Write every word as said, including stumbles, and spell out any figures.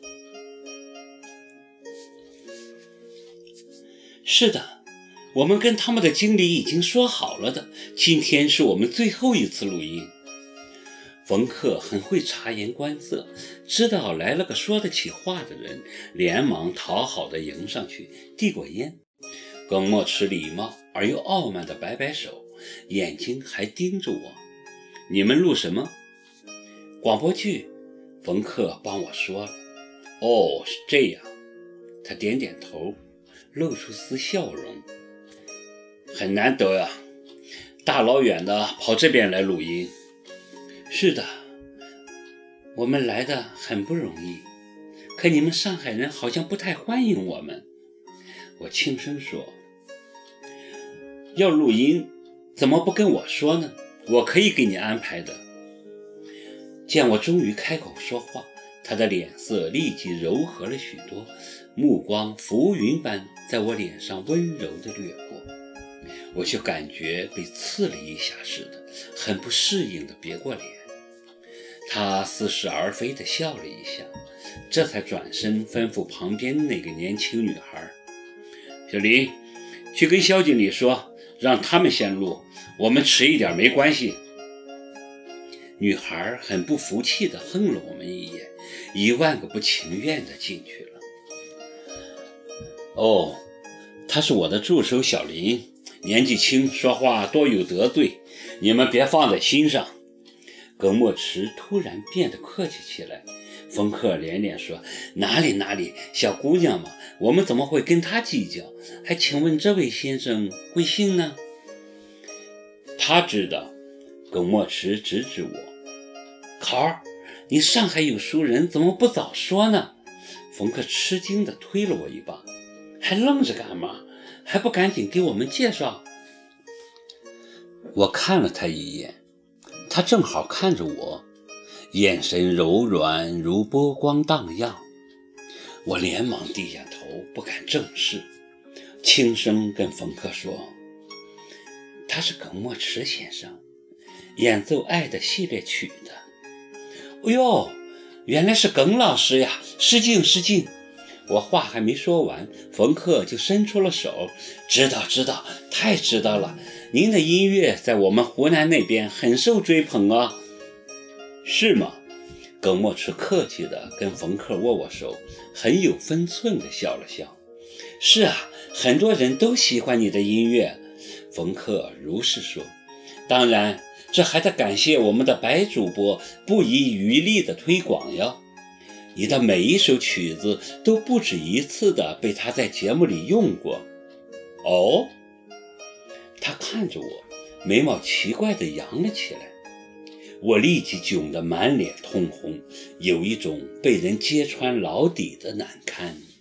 是的，我们跟他们的经理已经说好了的，今天是我们最后一次录音。冯克很会察言观色，知道来了个说得起话的人，连忙讨好地迎上去，递过烟。耿墨池礼貌而又傲慢地摆摆手，眼睛还盯着我。你们录什么？广播剧。冯克帮我说了。哦，是这样。他点点头，露出丝笑容。很难得呀，大老远的跑这边来录音。是的，我们来的很不容易，可你们上海人好像不太欢迎我们。我轻声说，要录音怎么不跟我说呢？我可以给你安排的。见我终于开口说话，他的脸色立即柔和了许多，目光浮云般在我脸上温柔地掠过，我就感觉被刺了一下似的，很不适应地别过脸。他似是而非地笑了一下，这才转身吩咐旁边那个年轻女孩，小林，去跟肖经理说，让他们先录，我们迟一点没关系。女孩很不服气地哼了我们一眼，一万个不情愿地进去了。哦，他是我的助手小林，年纪轻，说话多有得罪，你们别放在心上。耿墨池突然变得客气起来，冯克连连说，哪里哪里，小姑娘嘛，我们怎么会跟她计较？还请问这位先生贵姓呢？他知道。耿墨池指指我，考儿，你上海有熟人，怎么不早说呢？冯克吃惊地推了我一把，还愣着干嘛？还不赶紧给我们介绍？我看了他一眼，他正好看着我，眼神柔软如波光荡漾。我连忙低下头，不敢正视，轻声跟冯克说，他是耿墨池先生，演奏爱的系列曲的。哎呦，原来是耿老师呀，失敬失敬。我话还没说完，冯克就伸出了手，知道知道，太知道了，您的音乐在我们湖南那边很受追捧啊。是吗？耿墨池客气地跟冯克握握手，很有分寸地笑了笑。是啊，很多人都喜欢你的音乐。冯克如是说，当然这还得感谢我们的白主播不遗余力的推广呀，你的每一首曲子都不止一次的被他在节目里用过。哦？他看着我，眉毛奇怪地扬了起来。我立即窘得满脸通红，有一种被人揭穿老底的难堪。